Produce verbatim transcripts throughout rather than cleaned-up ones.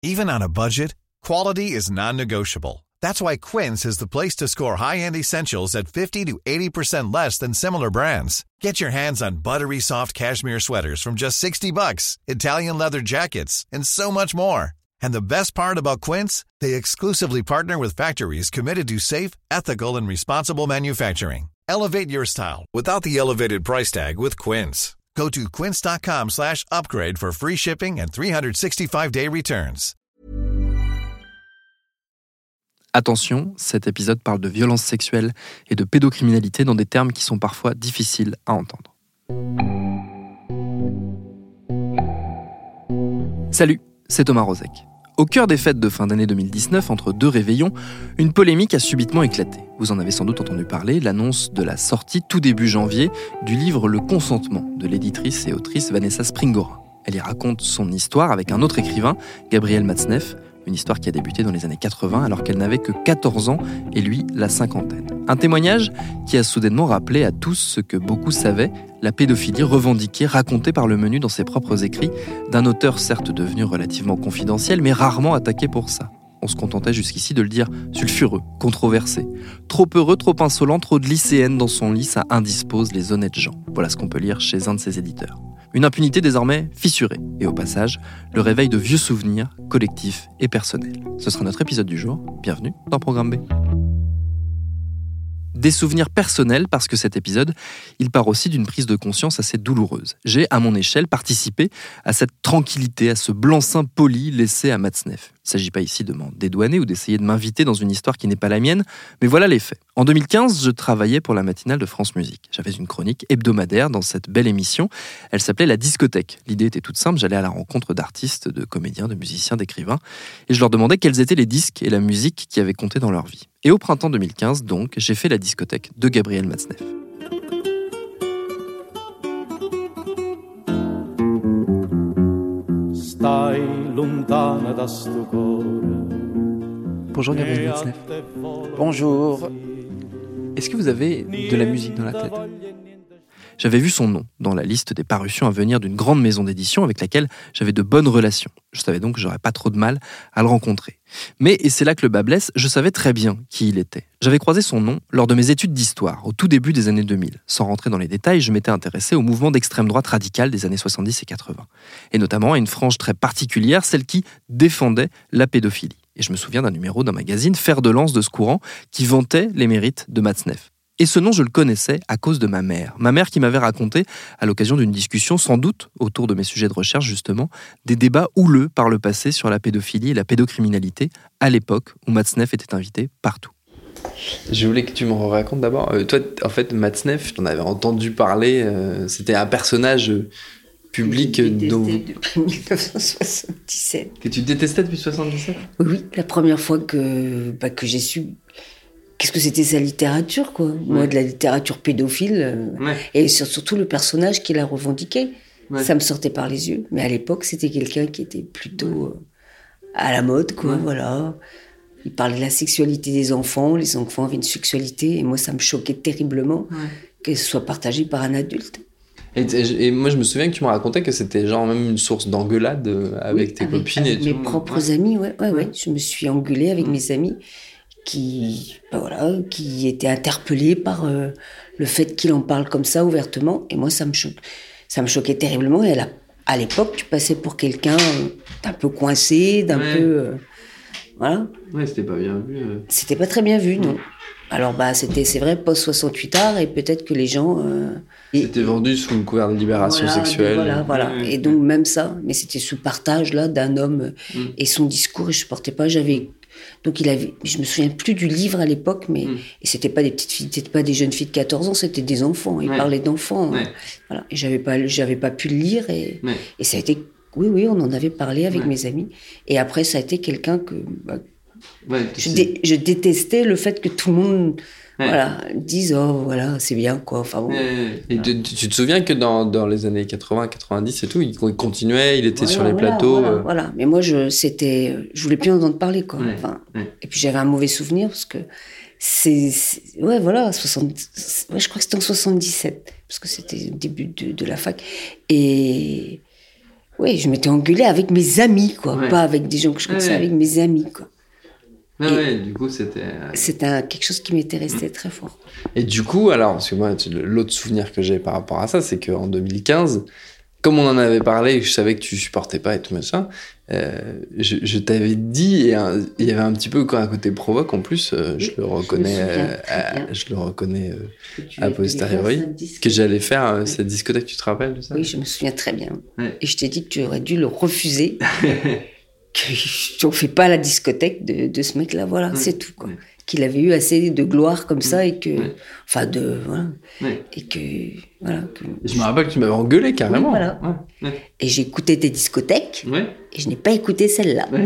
Even on a budget, quality is non-negotiable. That's why Quince is the place to score high-end essentials at fifty to eighty percent less than similar brands. Get your hands on buttery soft cashmere sweaters from just sixty bucks, Italian leather jackets, and so much more. And the best part about Quince, they exclusively partner with factories committed to safe, ethical, and responsible manufacturing. Elevate your style without the elevated price tag with Quince. Go to quince.com slash upgrade for free shipping and three sixty-five day returns. Attention, cet épisode parle de violence sexuelle et de pédocriminalité dans des termes qui sont parfois difficiles à entendre. Salut, c'est Thomas Rozek. Au cœur des fêtes de fin d'année deux mille dix-neuf, entre deux réveillons, une polémique a subitement éclaté. Vous en avez sans doute entendu parler, l'annonce de la sortie tout début janvier du livre Le Consentement de l'éditrice et autrice Vanessa Springora. Elle y raconte son histoire avec un autre écrivain, Gabriel Matzneff, une histoire qui a débuté dans les années quatre-vingts alors qu'elle n'avait que quatorze ans et lui la cinquantaine. Un témoignage qui a soudainement rappelé à tous ce que beaucoup savaient, la pédophilie revendiquée, racontée par le menu dans ses propres écrits, d'un auteur certes devenu relativement confidentiel mais rarement attaqué pour ça. On se contentait jusqu'ici de le dire sulfureux, controversé. Trop heureux, trop insolent, trop de lycéennes dans son lit, ça indispose les honnêtes gens. Voilà ce qu'on peut lire chez un de ses éditeurs. Une impunité désormais fissurée, et au passage, le réveil de vieux souvenirs collectifs et personnels. Ce sera notre épisode du jour. Bienvenue dans Programme B. Des souvenirs personnels parce que cet épisode, il part aussi d'une prise de conscience assez douloureuse. J'ai, à mon échelle, participé à cette tranquillité, à ce blanc-seing poli laissé à Matzneff. Il ne s'agit pas ici de m'en dédouaner ou d'essayer de m'inviter dans une histoire qui n'est pas la mienne, mais voilà les faits. En deux mille quinze, je travaillais pour la matinale de France Musique. J'avais une chronique hebdomadaire dans cette belle émission. Elle s'appelait La Discothèque. L'idée était toute simple, j'allais à la rencontre d'artistes, de comédiens, de musiciens, d'écrivains, et je leur demandais quels étaient les disques et la musique qui avaient compté dans leur vie. Et au printemps deux mille quinze, donc, j'ai fait La Discothèque de Gabriel Matzneff. Bonjour Gabriel Matzneff. Bonjour. Est-ce que vous avez de la musique dans la tête ? J'avais vu son nom dans la liste des parutions à venir d'une grande maison d'édition avec laquelle j'avais de bonnes relations. Je savais donc que j'aurais pas trop de mal à le rencontrer. Mais, et c'est là que le bas blesse, je savais très bien qui il était. J'avais croisé son nom lors de mes études d'histoire, au tout début des années deux mille. Sans rentrer dans les détails, je m'étais intéressé au mouvement d'extrême droite radicale des années soixante-dix et quatre-vingts. Et notamment à une frange très particulière, celle qui défendait la pédophilie. Et je me souviens d'un numéro d'un magazine, fer de lance de ce courant, qui vantait les mérites de Matzneff. Et ce nom, je le connaissais à cause de ma mère. Ma mère qui m'avait raconté, à l'occasion d'une discussion, sans doute, autour de mes sujets de recherche justement, des débats houleux par le passé sur la pédophilie et la pédocriminalité, à l'époque où Matzneff était invité partout. Je voulais que tu me racontes d'abord. Euh, toi, en fait, Matzneff, j'en avais entendu parler, euh, c'était un personnage public que je dont... depuis dix-neuf cent soixante-dix-sept. Que tu détestais depuis soixante-dix-sept ? Oui, la première fois que, bah, que j'ai su... Qu'est-ce que c'était sa littérature, quoi. Ouais. Moi, de la littérature pédophile. Euh, ouais. Et surtout le personnage qu'il a revendiqué. Ouais. Ça me sortait par les yeux. Mais à l'époque, c'était quelqu'un qui était plutôt euh, à la mode, quoi. Ouais. Voilà. Il parlait de la sexualité des enfants. Les enfants avaient une sexualité. Et moi, ça me choquait terriblement ouais. que ce soit partagé par un adulte. Et, et, et moi, je me souviens que tu me racontais que c'était genre même une source d'engueulade avec oui, tes avec, copines. Avec et mes tout. propres ouais. amis, ouais, ouais, ouais. Je me suis engueulée avec mmh. mes amis. qui, ben voilà, qui était interpellé par euh, le fait qu'il en parle comme ça ouvertement. Et moi, ça me choque, ça me choquait terriblement. Et à, la, à l'époque, tu passais pour quelqu'un d'un peu coincé, d'un ouais. peu, euh, voilà. Ouais, c'était pas bien vu. Euh... C'était pas très bien vu, non. Alors bah c'était, c'est vrai, post soixante-huit art, et peut-être que les gens. Euh, c'était vendu sous une couverte de libération voilà, sexuelle. Voilà, voilà. Ouais, et donc ouais. même ça, mais c'était sous partage là d'un homme mm. et son discours, et je supportais pas. J'avais Donc il avait, je me souviens plus du livre à l'époque, mais mmh. et c'était pas des petites filles, c'était pas des jeunes filles de quatorze ans, c'était des enfants. Il ouais. parlait d'enfants. Ouais. Hein. Voilà. Et j'avais pas, j'avais pas pu le lire et, ouais. et ça a été, oui, oui, on en avait parlé avec ouais. mes amis. Et après, ça a été quelqu'un que bah, ouais, je, dé, je détestais le fait que tout le monde. Ouais. Voilà, disent oh voilà c'est bien quoi. Enfin bon. Ouais. Et voilà. tu, tu te souviens que dans dans les années quatre-vingts, quatre-vingt-dix et tout, il continuait, il était voilà, sur les voilà, plateaux. Voilà, euh... voilà. Mais moi je c'était, je voulais plus en entendre parler quoi. Ouais. Enfin, ouais. Et puis j'avais un mauvais souvenir parce que c'est, c'est ouais voilà soixante, ouais, je crois que c'était en soixante-dix-sept parce que c'était le début de, de la fac et Oui, je m'étais engueulée avec mes amis, quoi. Ouais. Pas avec des gens que je connaissais, ouais. avec mes amis, quoi. Ah ouais, du coup, c'était... C'était un, quelque chose qui m'était resté mmh. très fort. Et du coup, alors, parce que moi, l'autre souvenir que j'ai par rapport à ça, c'est qu'en deux mille quinze, comme on en avait parlé, je savais que tu supportais pas et tout machin, euh, je, je t'avais dit, et il y avait un petit peu un côté provoque en plus, euh, oui, je le reconnais, je, euh, à, je le reconnais euh, a posteriori, que j'allais faire euh, oui. cette discothèque, tu te rappelles de ça? Oui, je me souviens très bien. Ouais. Et je t'ai dit que tu aurais dû le refuser. qu'on ne fait pas la discothèque de, de ce mec-là, voilà, ouais, c'est tout, quoi. Ouais. Qu'il avait eu assez de gloire comme ça et que... Ouais. Enfin, de... Voilà. Ouais. Et que... Voilà. Que, je me rappelle que tu m'avais engueulé, carrément. Oui, voilà. Ouais. Ouais. Et j'ai écouté tes discothèques ouais. et je n'ai pas écouté celle-là. Ouais.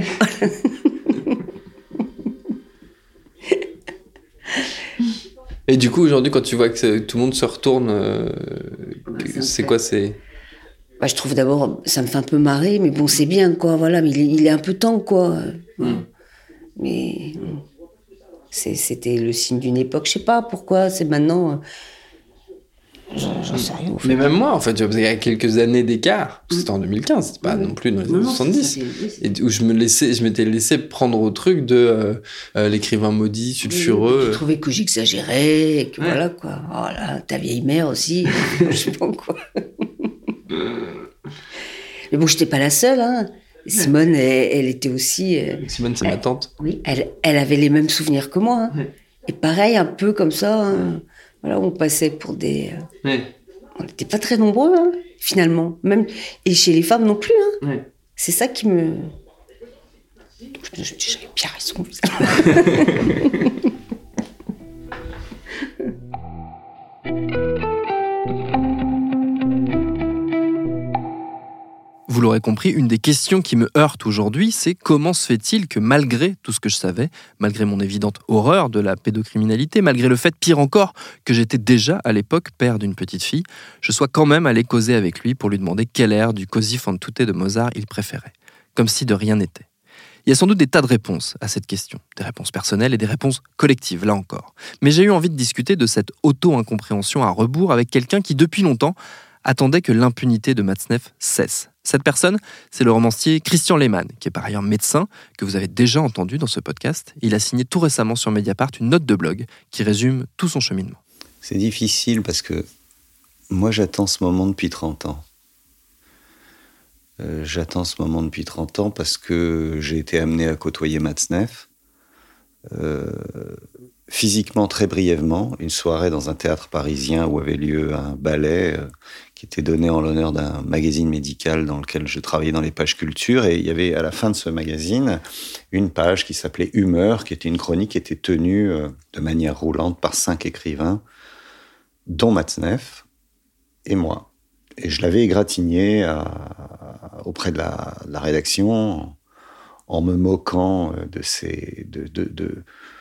Et du coup, aujourd'hui, quand tu vois que tout le monde se retourne, euh, ouais, c'est quoi, c'est... Bah, je trouve d'abord, ça me fait un peu marrer, mais bon, c'est bien, quoi, voilà, mais il est, il est un peu temps, quoi. Mm. Mais c'est, c'était le signe d'une époque, je sais pas pourquoi, c'est maintenant... J'en, j'en sais rien. En fait. Mais même moi, en fait, il y a quelques années d'écart, c'était en deux mille quinze, c'était pas oui. non plus dans les années soixante-dix, et où je, me laissais, je m'étais laissé prendre au truc de euh, euh, l'écrivain maudit, sulfureux. Oui, tu trouvais que j'exagérais, et que ouais. voilà, quoi. Oh là, ta vieille mère aussi, je sais pas quoi. Mais bon, je n'étais pas la seule. Hein. Simone, elle, elle était aussi... Euh, Simone, c'est elle, ma tante. Oui, elle, elle avait les mêmes souvenirs que moi. Hein. Ouais. Et pareil, un peu comme ça, hein, voilà, on passait pour des... Euh, ouais. On n'était pas très nombreux, hein, finalement. Même, et chez les femmes non plus. Hein. Ouais. C'est ça qui me... Je me dis, j'avais bien raison. Vous l'aurez compris, une des questions qui me heurte aujourd'hui, c'est comment se fait-il que malgré tout ce que je savais, malgré mon évidente horreur de la pédocriminalité, malgré le fait, pire encore, que j'étais déjà à l'époque père d'une petite fille, je sois quand même allé causer avec lui pour lui demander quel air du Così fan tutte de Mozart il préférait, comme si de rien n'était. Il y a sans doute des tas de réponses à cette question, des réponses personnelles et des réponses collectives, là encore. Mais j'ai eu envie de discuter de cette auto-incompréhension à rebours avec quelqu'un qui, depuis longtemps, attendait que l'impunité de Matzneff cesse. Cette personne, c'est le romancier Christian Lehmann, qui est par ailleurs médecin, que vous avez déjà entendu dans ce podcast. Il a signé tout récemment sur Mediapart une note de blog qui résume tout son cheminement. C'est difficile parce que moi, j'attends ce moment depuis trente ans. Euh, j'attends ce moment depuis trente ans parce que j'ai été amené à côtoyer Matzneff. Euh, physiquement, très brièvement, une soirée dans un théâtre parisien où avait lieu un ballet euh, qui était donné en l'honneur d'un magazine médical dans lequel je travaillais dans les pages culture, et il y avait à la fin de ce magazine une page qui s'appelait Humeur, qui était une chronique qui était tenue euh, de manière roulante par cinq écrivains, dont Matzneff et moi. Et je l'avais égratigné à, à, auprès de la, de la rédaction en, en me moquant de ces... De, de, de,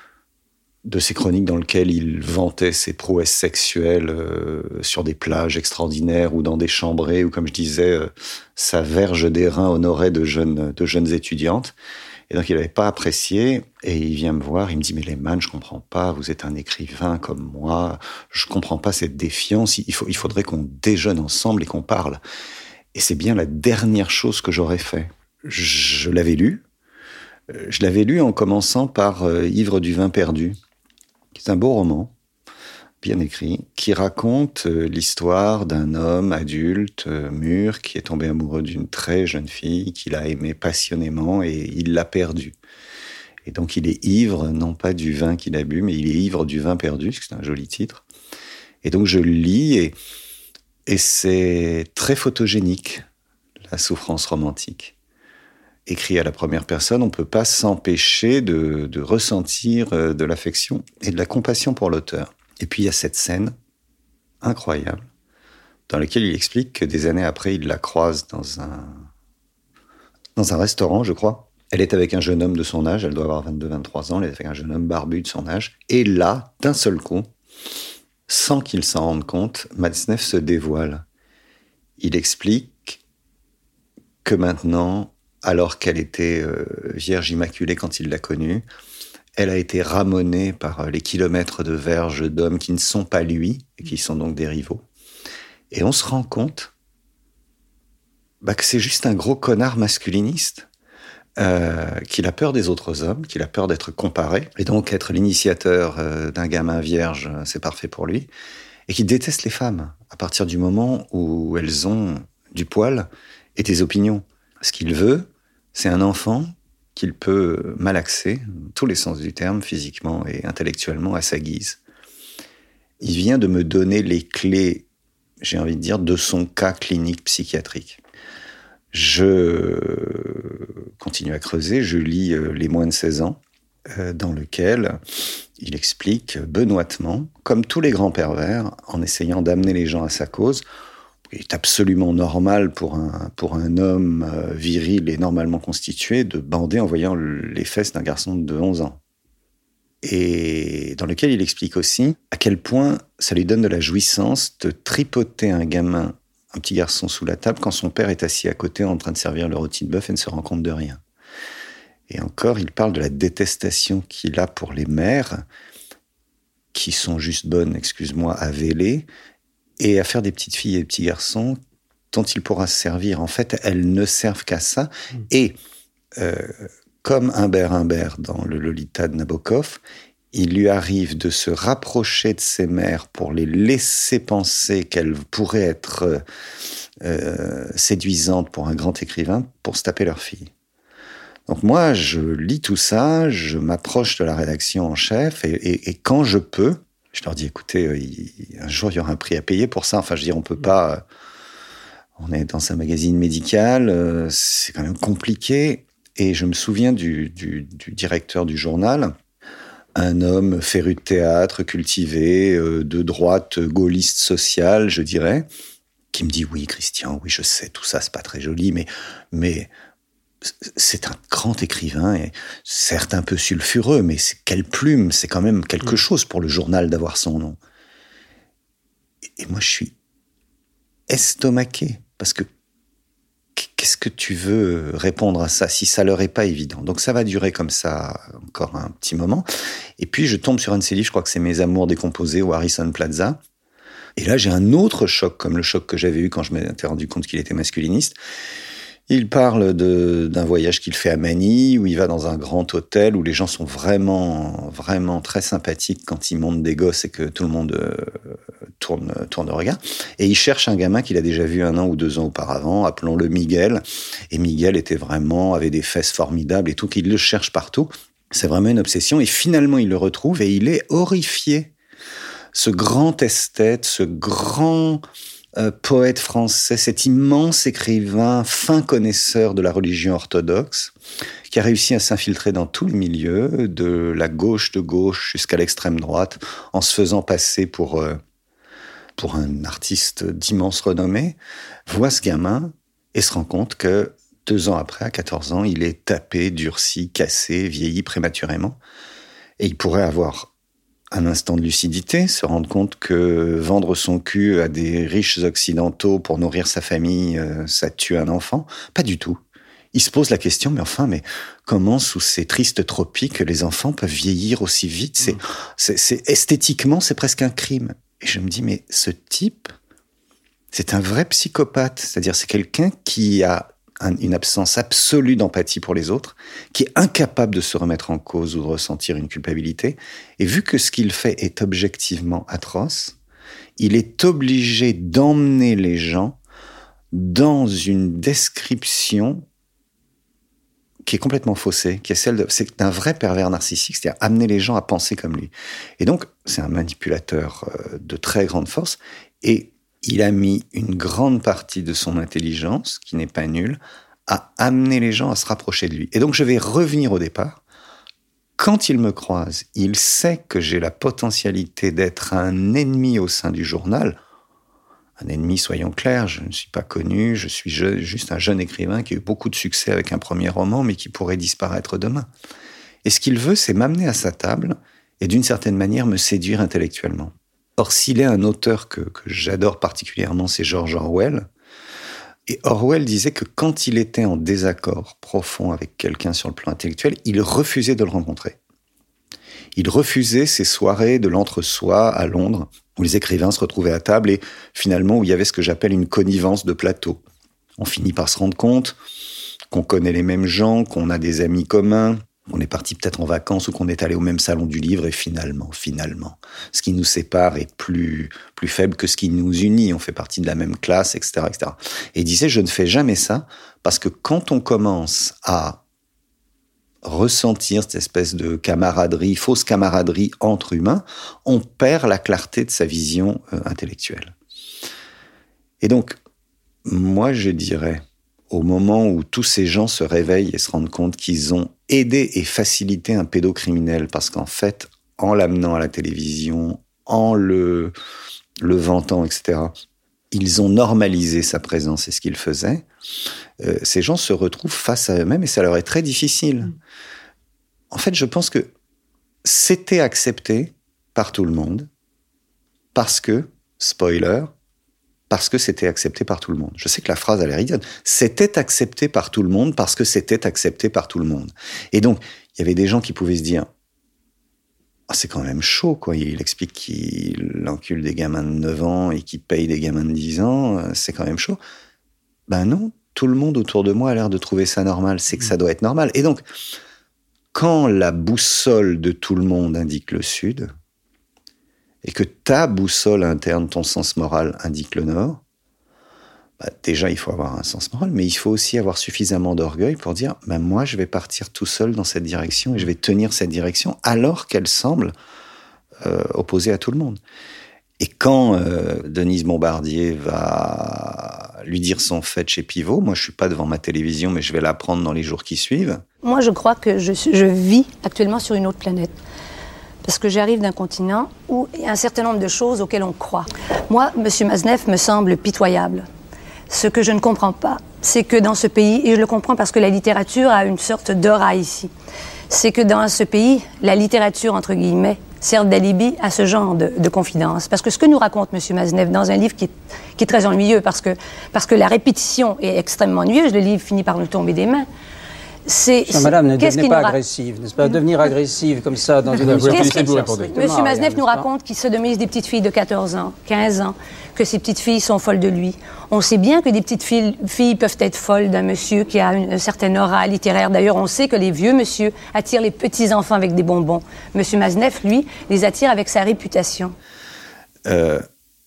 de ces chroniques dans lesquelles il vantait ses prouesses sexuelles euh, sur des plages extraordinaires ou dans des chambrées, ou comme je disais, euh, sa verge d'airain honorait de jeunes, de jeunes étudiantes. Et donc il n'avait pas apprécié, et il vient me voir, il me dit « Mais Lehmann, je ne comprends pas, vous êtes un écrivain comme moi, je ne comprends pas cette défiance, il, faut, il faudrait qu'on déjeune ensemble et qu'on parle. » Et c'est bien la dernière chose que j'aurais fait. Je l'avais lu, je l'avais lu en commençant par euh, Ivre du vin perdu, qui est un beau roman, bien écrit, qui raconte euh, l'histoire d'un homme adulte, euh, mûr, qui est tombé amoureux d'une très jeune fille, qu'il a aimée passionnément, et il l'a perdue. Et donc il est ivre, non pas du vin qu'il a bu, mais il est ivre du vin perdu, parce que c'est un joli titre. Et donc je le lis, et, et c'est très photogénique, la souffrance romantique. Écrit à la première personne, on ne peut pas s'empêcher de, de ressentir de l'affection et de la compassion pour l'auteur. Et puis il y a cette scène incroyable dans laquelle il explique que des années après, il la croise dans un, dans un restaurant, je crois. Elle est avec un jeune homme de son âge, elle doit avoir vingt-deux vingt-trois ans, elle est avec un jeune homme barbu de son âge. Et là, d'un seul coup, sans qu'il s'en rende compte, Matzneff se dévoile. Il explique que maintenant, alors qu'elle était euh, vierge immaculée quand il l'a connue, elle a été ramonée par les kilomètres de verges d'hommes qui ne sont pas lui, et qui sont donc des rivaux. Et on se rend compte, bah, que c'est juste un gros connard masculiniste, euh, qu'il a peur des autres hommes, qu'il a peur d'être comparé, et donc être l'initiateur euh, d'un gamin vierge, c'est parfait pour lui, et qu'il déteste les femmes à partir du moment où elles ont du poil et des opinions. Ce qu'il veut, c'est un enfant qu'il peut malaxer, dans tous les sens du terme, physiquement et intellectuellement, à sa guise. Il vient de me donner les clés, j'ai envie de dire, de son cas clinique psychiatrique. Je continue à creuser, je lis Les moins de seize ans, dans lequel il explique benoîtement, comme tous les grands pervers, en essayant d'amener les gens à sa cause. Il est absolument normal pour un, pour un homme viril et normalement constitué de bander en voyant les fesses d'un garçon de onze ans. Et dans lequel il explique aussi à quel point ça lui donne de la jouissance de tripoter un gamin, un petit garçon sous la table, quand son père est assis à côté en train de servir le rôti de bœuf et ne se rend compte de rien. Et encore, il parle de la détestation qu'il a pour les mères, qui sont juste bonnes, excuse-moi, à véler, et à faire des petites filles et des petits garçons dont il pourra se servir. En fait, elles ne servent qu'à ça. Mmh. Et euh, comme Humbert Humbert dans le Lolita de Nabokov, il lui arrive de se rapprocher de ses mères pour les laisser penser qu'elles pourraient être euh, séduisantes pour un grand écrivain, pour se taper leur fille. Donc moi, je lis tout ça, je m'approche de la rédaction en chef, et, et, et quand je peux, je leur dis, écoutez, euh, il, un jour, il y aura un prix à payer pour ça. Enfin, je veux dire, on peut pas... Euh, on est dans un magazine médical, euh, c'est quand même compliqué. Et je me souviens du, du, du directeur du journal, un homme féru de théâtre, cultivé, euh, de droite gaulliste sociale, je dirais, qui me dit, oui, Christian, oui, je sais, tout ça, c'est pas très joli, mais... mais c'est un grand écrivain, et certes un peu sulfureux, mais c'est, quelle plume, c'est quand même quelque chose pour le journal d'avoir son nom. Et moi, je suis estomaqué, parce que qu'est-ce que tu veux répondre à ça, si ça leur est pas évident? Donc ça va durer comme ça encore un petit moment, et puis je tombe sur un de ses livres, je crois que c'est Mes amours décomposés ou Harrison Plaza, et là j'ai un autre choc, comme le choc que j'avais eu quand je m'étais rendu compte qu'il était masculiniste. Il parle de, d'un voyage qu'il fait à Manille, où il va dans un grand hôtel, où les gens sont vraiment, vraiment très sympathiques quand ils montent des gosses et que tout le monde euh, tourne, tourne le regard. Et il cherche un gamin qu'il a déjà vu un an ou deux ans auparavant, appelons-le Miguel. Et Miguel était vraiment, avait des fesses formidables et tout, qu'il le cherche partout. C'est vraiment une obsession. Et finalement, il le retrouve et il est horrifié. Ce grand esthète, ce grand... Euh, poète français, cet immense écrivain, fin connaisseur de la religion orthodoxe, qui a réussi à s'infiltrer dans tous les milieux, de la gauche de gauche jusqu'à l'extrême droite, en se faisant passer pour, euh, pour un artiste d'immense renommée, voit ce gamin et se rend compte que deux ans après, à quatorze ans, il est tapé, durci, cassé, vieilli prématurément. Et il pourrait avoir un instant de lucidité, se rendre compte que vendre son cul à des riches occidentaux pour nourrir sa famille, euh, ça tue un enfant. Pas du tout. Il se pose la question, mais enfin, mais comment sous ces tristes tropiques les enfants peuvent vieillir aussi vite? C'est, c'est, c'est esthétiquement, c'est presque un crime. Et je me dis, mais ce type, c'est un vrai psychopathe. C'est-à-dire, c'est quelqu'un qui a un, une absence absolue d'empathie pour les autres, qui est incapable de se remettre en cause ou de ressentir une culpabilité. Et vu que ce qu'il fait est objectivement atroce, il est obligé d'emmener les gens dans une description qui est complètement faussée, qui est celle de, c'est un vrai pervers narcissique, c'est-à-dire amener les gens à penser comme lui. Et donc, c'est un manipulateur de très grande force, et il a mis une grande partie de son intelligence, qui n'est pas nulle, à amener les gens à se rapprocher de lui. Et donc, je vais revenir au départ. Quand il me croise, il sait que j'ai la potentialité d'être un ennemi au sein du journal. Un ennemi, soyons clairs, je ne suis pas connu, je suis je, juste un jeune écrivain qui a eu beaucoup de succès avec un premier roman, mais qui pourrait disparaître demain. Et ce qu'il veut, c'est m'amener à sa table et d'une certaine manière me séduire intellectuellement. Or, s'il est un auteur que, que j'adore particulièrement, c'est George Orwell. Et Orwell disait que quand il était en désaccord profond avec quelqu'un sur le plan intellectuel, il refusait de le rencontrer. Il refusait ces soirées de l'entre-soi à Londres, où les écrivains se retrouvaient à table et finalement où il y avait ce que j'appelle une connivence de plateau. On finit par se rendre compte qu'on connaît les mêmes gens, qu'on a des amis communs, qu'on est parti peut-être en vacances ou qu'on est allé au même salon du livre et finalement, finalement, ce qui nous sépare est plus, plus faible que ce qui nous unit. On fait partie de la même classe, et cetera, et cetera. Et il disait, je ne fais jamais ça parce que quand on commence à ressentir cette espèce de camaraderie, fausse camaraderie entre humains, on perd la clarté de sa vision euh, intellectuelle. Et donc, moi, je dirais, au moment où tous ces gens se réveillent et se rendent compte qu'ils ont aidé et facilité un pédocriminel, parce qu'en fait, en l'amenant à la télévision, en le, le vantant, et cetera, ils ont normalisé sa présence et ce qu'il faisait, euh, ces gens se retrouvent face à eux-mêmes et ça leur est très difficile. En fait, je pense que c'était accepté par tout le monde parce que, spoiler, parce que c'était accepté par tout le monde. Je sais que la phrase, elle est ridicule. C'était accepté par tout le monde parce que c'était accepté par tout le monde. Et donc, il y avait des gens qui pouvaient se dire « Ah, c'est quand même chaud, quoi. Il explique qu'il encule des gamins de neuf ans et qu'il paye des gamins de dix ans. C'est quand même chaud. » Ben non, tout le monde autour de moi a l'air de trouver ça normal. C'est que ça doit être normal. Et donc, quand la boussole de tout le monde indique le sud, et que ta boussole interne, ton sens moral, indique le nord, bah déjà, il faut avoir un sens moral, mais il faut aussi avoir suffisamment d'orgueil pour dire bah, « moi, je vais partir tout seul dans cette direction et je vais tenir cette direction alors qu'elle semble euh, opposée à tout le monde. » Et quand euh, Denise Bombardier va lui dire son fait chez Pivot, moi, je ne suis pas devant ma télévision, mais je vais l'apprendre dans les jours qui suivent. Moi, je crois que je, je vis actuellement sur une autre planète. Parce que j'arrive d'un continent où il y a un certain nombre de choses auxquelles on croit. Moi, M. Maznev me semble pitoyable. Ce que je ne comprends pas, c'est que dans ce pays, et je le comprends parce que la littérature a une sorte d'aura ici, c'est que dans ce pays, la littérature, entre guillemets, sert d'alibi à ce genre de, de confidence. Parce que ce que nous raconte M. Maznev dans un livre qui est, qui est très ennuyeux, parce que, parce que la répétition est extrêmement ennuyeuse, le livre finit par nous tomber des mains. C'est, c'est, Madame, ne devenez pas agressive, n'est-ce pas? Devenir agressive comme ça dans une émission. Monsieur Maznev nous raconte qu'il sodomise des petites filles de quatorze ans, quinze ans, que ces petites filles sont folles de lui. On sait bien que des petites filles, filles peuvent être folles d'un monsieur qui a une, une certaine aura littéraire. D'ailleurs, on sait que les vieux monsieur attirent les petits-enfants avec des bonbons. Monsieur Maznev, lui, les attire avec sa réputation. Euh...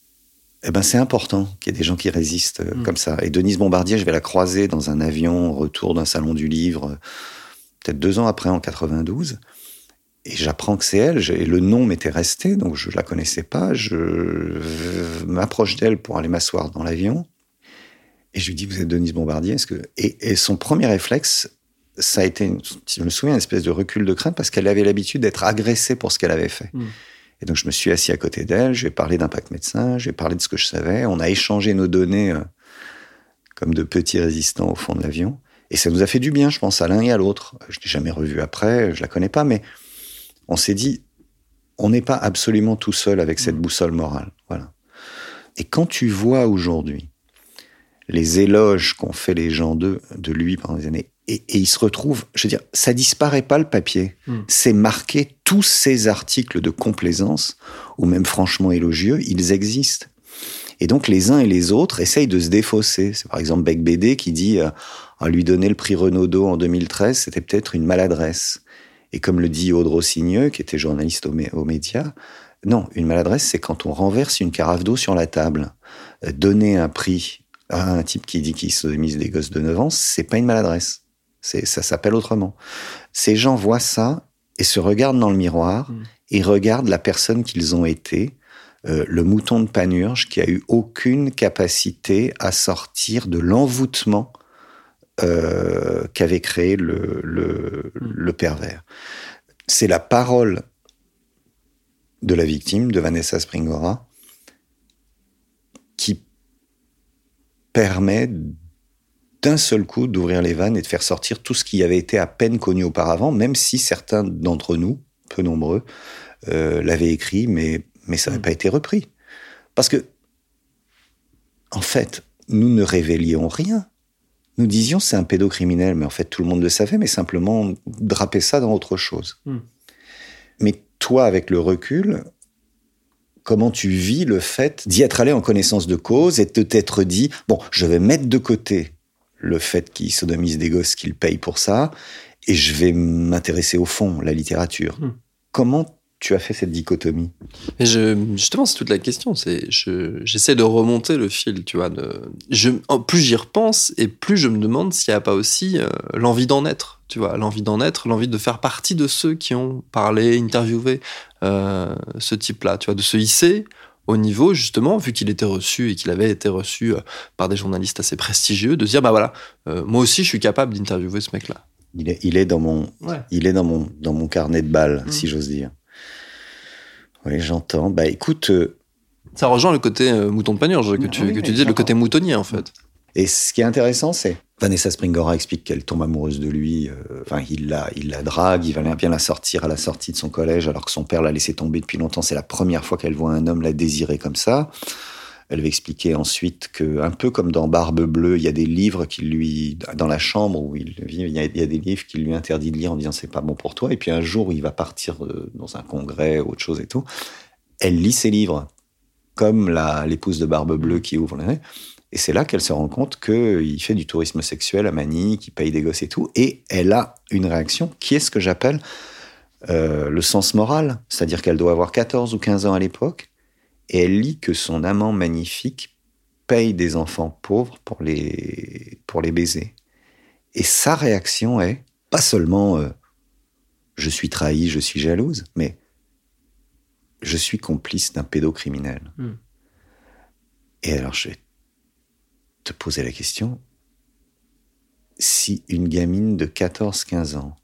Eh ben, c'est important qu'il y ait des gens qui résistent euh, mmh. comme ça. Et Denise Bombardier, je vais la croiser dans un avion, au retour d'un salon du livre, euh, peut-être deux ans après, en quatre-vingt-douze. Et j'apprends que c'est elle. Et le nom m'était resté, donc je la connaissais pas. Je, je m'approche d'elle pour aller m'asseoir dans l'avion. Et je lui dis, vous êtes Denise Bombardier, est-ce que... et, et son premier réflexe, ça a été, une, je me souviens, une espèce de recul de crainte, parce qu'elle avait l'habitude d'être agressée pour ce qu'elle avait fait. Mmh. Et donc, je me suis assis à côté d'elle, je lui ai parlé d'Impact Médecin, je lui ai parlé de ce que je savais. On a échangé nos données euh, comme de petits résistants au fond de l'avion. Et ça nous a fait du bien, je pense, à l'un et à l'autre. Je ne l'ai jamais revue après, je la connais pas, mais on s'est dit, on n'est pas absolument tout seul avec cette boussole morale. Voilà. Et quand tu vois aujourd'hui les éloges qu'ont fait les gens de, de lui pendant des années, Et, et il se retrouve, je veux dire, ça disparaît pas le papier. Mmh. C'est marqué, tous ces articles de complaisance, ou même franchement élogieux, ils existent. Et donc les uns et les autres essayent de se défausser. C'est par exemple Bec B D qui dit euh, à lui donner le prix Renaudot en deux mille treize, c'était peut-être une maladresse. Et comme le dit Aude Rossigneux, qui était journaliste aux, mé- aux médias, non, une maladresse, c'est quand on renverse une carafe d'eau sur la table. Euh, donner un prix à un type qui dit qu'il sodomise des gosses de neuf ans, c'est pas une maladresse. C'est, ça s'appelle autrement. Ces gens voient ça et se regardent dans le miroir mmh. et regardent la personne qu'ils ont été, euh, le mouton de Panurge qui a eu aucune capacité à sortir de l'envoûtement euh, qu'avait créé le, le, mmh. le pervers. C'est la parole de la victime, de Vanessa Springora, qui permet d'un seul coup d'ouvrir les vannes et de faire sortir tout ce qui avait été à peine connu auparavant, même si certains d'entre nous, peu nombreux, euh, l'avaient écrit, mais, mais ça n'avait mmh. pas été repris. Parce que, en fait, nous ne révélions rien. Nous disions c'est un pédocriminel, mais en fait tout le monde le savait, mais simplement draper ça dans autre chose. Mmh. Mais toi, avec le recul, comment tu vis le fait d'y être allé en connaissance de cause et de t'être dit, bon, je vais mettre de côté le fait qu'il sodomise des gosses, qu'il paye pour ça, et je vais m'intéresser au fond, la littérature. Mmh. Comment tu as fait cette dichotomie? Et je, justement, c'est toute la question. C'est, je, j'essaie de remonter le fil, tu vois. De, je, plus j'y repense, et plus je me demande s'il n'y a pas aussi euh, l'envie d'en être, tu vois. L'envie d'en être, l'envie de faire partie de ceux qui ont parlé, interviewé euh, ce type-là, tu vois, de se hisser au niveau, justement, vu qu'il était reçu et qu'il avait été reçu euh, par des journalistes assez prestigieux, de se dire, bah voilà, euh, moi aussi, je suis capable d'interviewer ce mec-là. Il est, il est dans mon, ouais. il est dans mon, dans mon carnet de balles, mmh. si j'ose dire. Oui, j'entends. Bah, écoute... Euh... Ça rejoint le côté euh, mouton de panurge que tu, oui, que tu disais, le côté moutonnier, en fait. Et ce qui est intéressant, c'est... Vanessa Springora explique qu'elle tombe amoureuse de lui. Enfin, euh, il la, il la drague, il va bien la sortir à la sortie de son collège, alors que son père l'a laissé tomber depuis longtemps. C'est la première fois qu'elle voit un homme la désirer comme ça. Elle va expliquer ensuite que, un peu comme dans Barbe Bleue, il y a des livres qui lui... Dans la chambre où il vit, il y a, il y a des livres qu'il lui interdit de lire en disant « c'est pas bon pour toi ». Et puis un jour, il va partir dans un congrès ou autre chose et tout. Elle lit ses livres, comme la, l'épouse de Barbe Bleue qui ouvre les nez. Et c'est là qu'elle se rend compte qu'il fait du tourisme sexuel à Manille, qu'il paye des gosses et tout. Et elle a une réaction qui est ce que j'appelle euh, le sens moral. C'est-à-dire qu'elle doit avoir quatorze ou quinze ans à l'époque. Et elle lit que son amant magnifique paye des enfants pauvres pour les, pour les baiser. Et sa réaction est pas seulement euh, « je suis trahi, je suis jalouse », mais « je suis complice d'un pédocriminel mmh. ». Et alors, je vais te poser la question, si une gamine de quatorze quinze ans,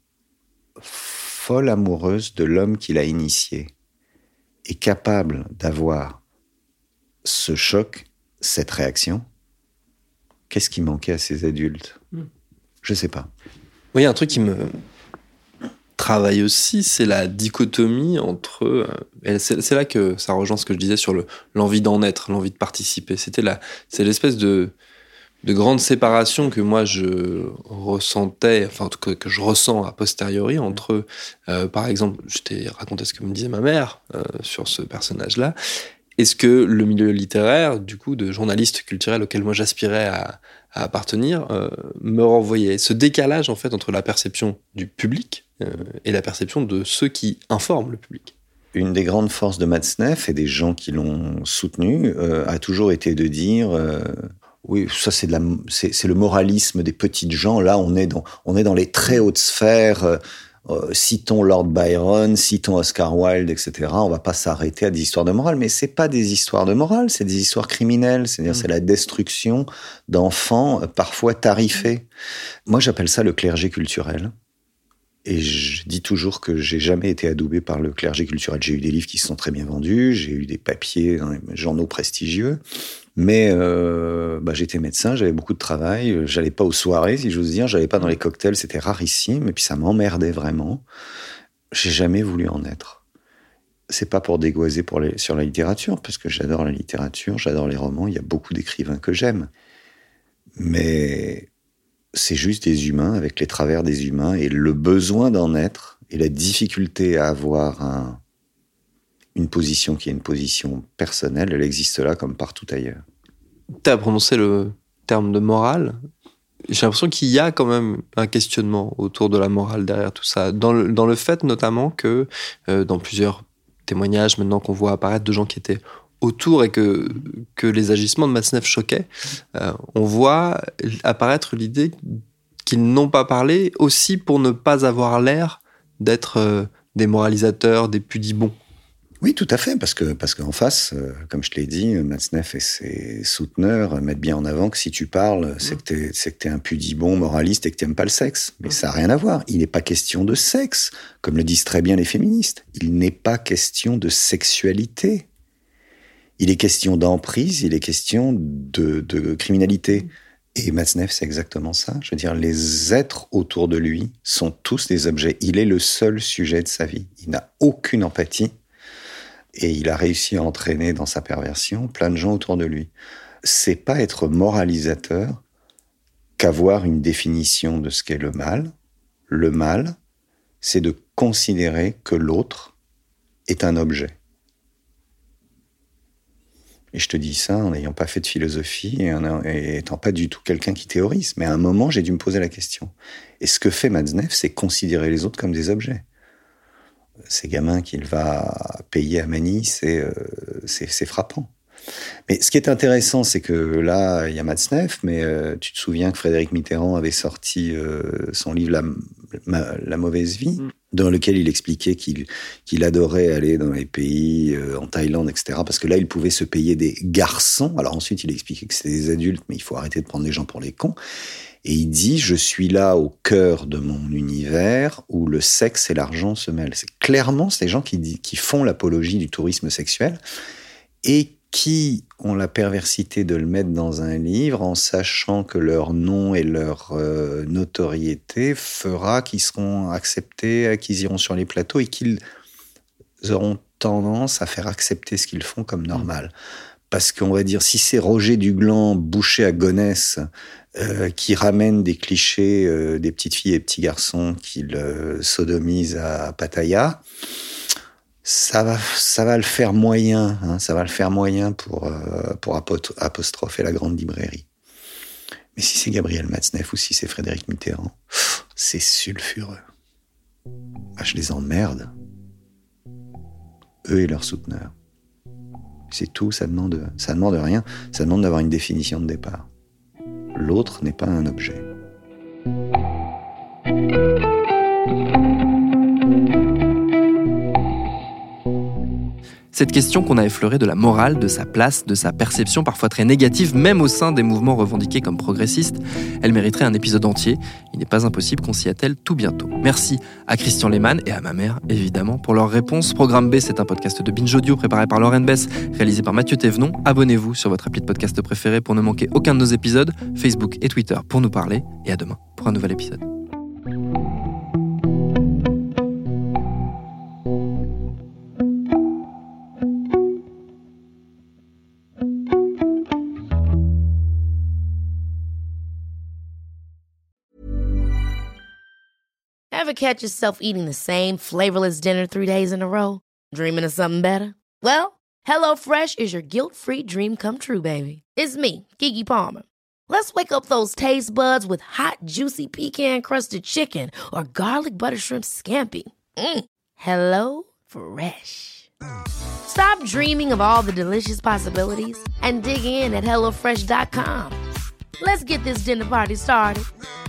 folle amoureuse de l'homme qui l'a initiée, est capable d'avoir ce choc, cette réaction, qu'est-ce qui manquait à ces adultes ? mmh. Je sais pas. Oui, un truc qui me travaille aussi, c'est la dichotomie entre... Euh, et c'est, c'est là que ça rejoint ce que je disais sur le, l'envie d'en être, l'envie de participer. C'était la, c'est l'espèce de, de grande séparation que moi je ressentais, enfin que, que je ressens a posteriori entre, euh, par exemple, je t'ai raconté ce que me disait ma mère euh, sur ce personnage-là. Est-ce que le milieu littéraire, du coup, de journaliste culturel auquel moi j'aspirais à, à appartenir, euh, me renvoyait ce décalage en fait entre la perception du public euh, et la perception de ceux qui informent le public? Une des grandes forces de Matzneff et des gens qui l'ont soutenu euh, a toujours été de dire euh, oui, ça c'est de la, c'est, c'est le moralisme des petites gens. Là, on est dans, on est dans les très hautes sphères. Euh, euh, citons Lord Byron, citons Oscar Wilde, et cetera. On va pas s'arrêter à des histoires de morale, mais c'est pas des histoires de morale, c'est des histoires criminelles. C'est-à-dire, mmh. c'est la destruction d'enfants euh, parfois tarifés. Moi, j'appelle ça le clergé culturel. Et je dis toujours que j'ai jamais été adoubé par le clergé culturel. J'ai eu des livres qui se sont très bien vendus, j'ai eu des papiers dans les journaux prestigieux, mais euh, bah, j'étais médecin, j'avais beaucoup de travail, j'allais pas aux soirées, si j'ose dire, j'allais pas dans les cocktails, c'était rarissime, et puis ça m'emmerdait vraiment. J'ai jamais voulu en être. C'est pas pour dégoiser pour les, sur la littérature, parce que j'adore la littérature, j'adore les romans, il y a beaucoup d'écrivains que j'aime. Mais c'est juste des humains avec les travers des humains et le besoin d'en être et la difficulté à avoir un, une position qui est une position personnelle, elle existe là comme partout ailleurs. Tu as prononcé le terme de morale. J'ai l'impression qu'il y a quand même un questionnement autour de la morale derrière tout ça. Dans le, dans le fait notamment que euh, dans plusieurs témoignages maintenant qu'on voit apparaître de gens qui étaient autour et que, que les agissements de Matzneff choquaient, euh, on voit apparaître l'idée qu'ils n'ont pas parlé aussi pour ne pas avoir l'air d'être euh, des moralisateurs, des pudibons. Oui, tout à fait, parce que parce qu'en face, euh, comme je te l'ai dit, Matzneff et ses souteneurs mettent bien en avant que si tu parles, c'est que t'es, c'est que t'es un pudibon moraliste et que t'aimes pas le sexe. Mais ça n'a rien à voir. Il n'est pas question de sexe, comme le disent très bien les féministes. Il n'est pas question de sexualité. Il est question d'emprise, il est question de, de criminalité. Et Matzneff, c'est exactement ça. Je veux dire, les êtres autour de lui sont tous des objets. Il est le seul sujet de sa vie. Il n'a aucune empathie. Et il a réussi à entraîner dans sa perversion plein de gens autour de lui. C'est pas être moralisateur qu'avoir une définition de ce qu'est le mal. Le mal, c'est de considérer que l'autre est un objet. Et je te dis ça en n'ayant pas fait de philosophie et en étant pas du tout quelqu'un qui théorise. Mais à un moment, j'ai dû me poser la question. Et ce que fait Matzneff, c'est considérer les autres comme des objets. Ces gamins qu'il va payer à Manille, c'est, euh, c'est, c'est frappant. Mais ce qui est intéressant, c'est que là, il y a Matzneff, mais euh, tu te souviens que Frédéric Mitterrand avait sorti euh, son livre La, Ma, La mauvaise vie, mmh. dans lequel il expliquait qu'il, qu'il adorait aller dans les pays, euh, en Thaïlande, et cetera, parce que là, il pouvait se payer des garçons. Alors ensuite, il expliquait que c'était des adultes, mais il faut arrêter de prendre les gens pour les cons. Et il dit, je suis là au cœur de mon univers où le sexe et l'argent se mêlent. C'est clairement ces gens qui, qui font l'apologie du tourisme sexuel et qui ont la perversité de le mettre dans un livre en sachant que leur nom et leur euh, notoriété fera qu'ils seront acceptés, qu'ils iront sur les plateaux et qu'ils auront tendance à faire accepter ce qu'ils font comme normal. Parce qu'on va dire, si c'est Roger Duglan, bouché à Gonesse, euh, qui ramène des clichés euh, des petites filles et petits garçons qu'il euh, sodomise à Pattaya, ça va, ça va le faire moyen, hein, ça va le faire moyen pour, euh, pour apostropher la grande librairie. Mais si c'est Gabriel Matzneff ou si c'est Frédéric Mitterrand, c'est sulfureux. Ah, je les emmerde. Eux et leurs souteneurs. C'est tout, ça demande, ça demande rien, ça demande d'avoir une définition de départ. L'autre n'est pas un objet. Cette question qu'on a effleurée de la morale, de sa place, de sa perception parfois très négative, même au sein des mouvements revendiqués comme progressistes, elle mériterait un épisode entier. Il n'est pas impossible qu'on s'y attelle tout bientôt. Merci à Christian Lehmann et à ma mère, évidemment, pour leurs réponses. Programme B, c'est un podcast de Binge Audio préparé par Lauren Bess, réalisé par Mathieu Thévenon. Abonnez-vous sur votre appli de podcast préféré pour ne manquer aucun de nos épisodes, Facebook et Twitter pour nous parler. Et à demain pour un nouvel épisode. Ever catch yourself eating the same flavorless dinner three days in a row? Dreaming of something better? Well, HelloFresh is your guilt-free dream come true, baby. It's me, Keke Palmer. Let's wake up those taste buds with hot, juicy pecan-crusted chicken or garlic butter shrimp scampi. Mm. Hello Fresh. Stop dreaming of all the delicious possibilities and dig in at hello fresh dot com. Let's get this dinner party started.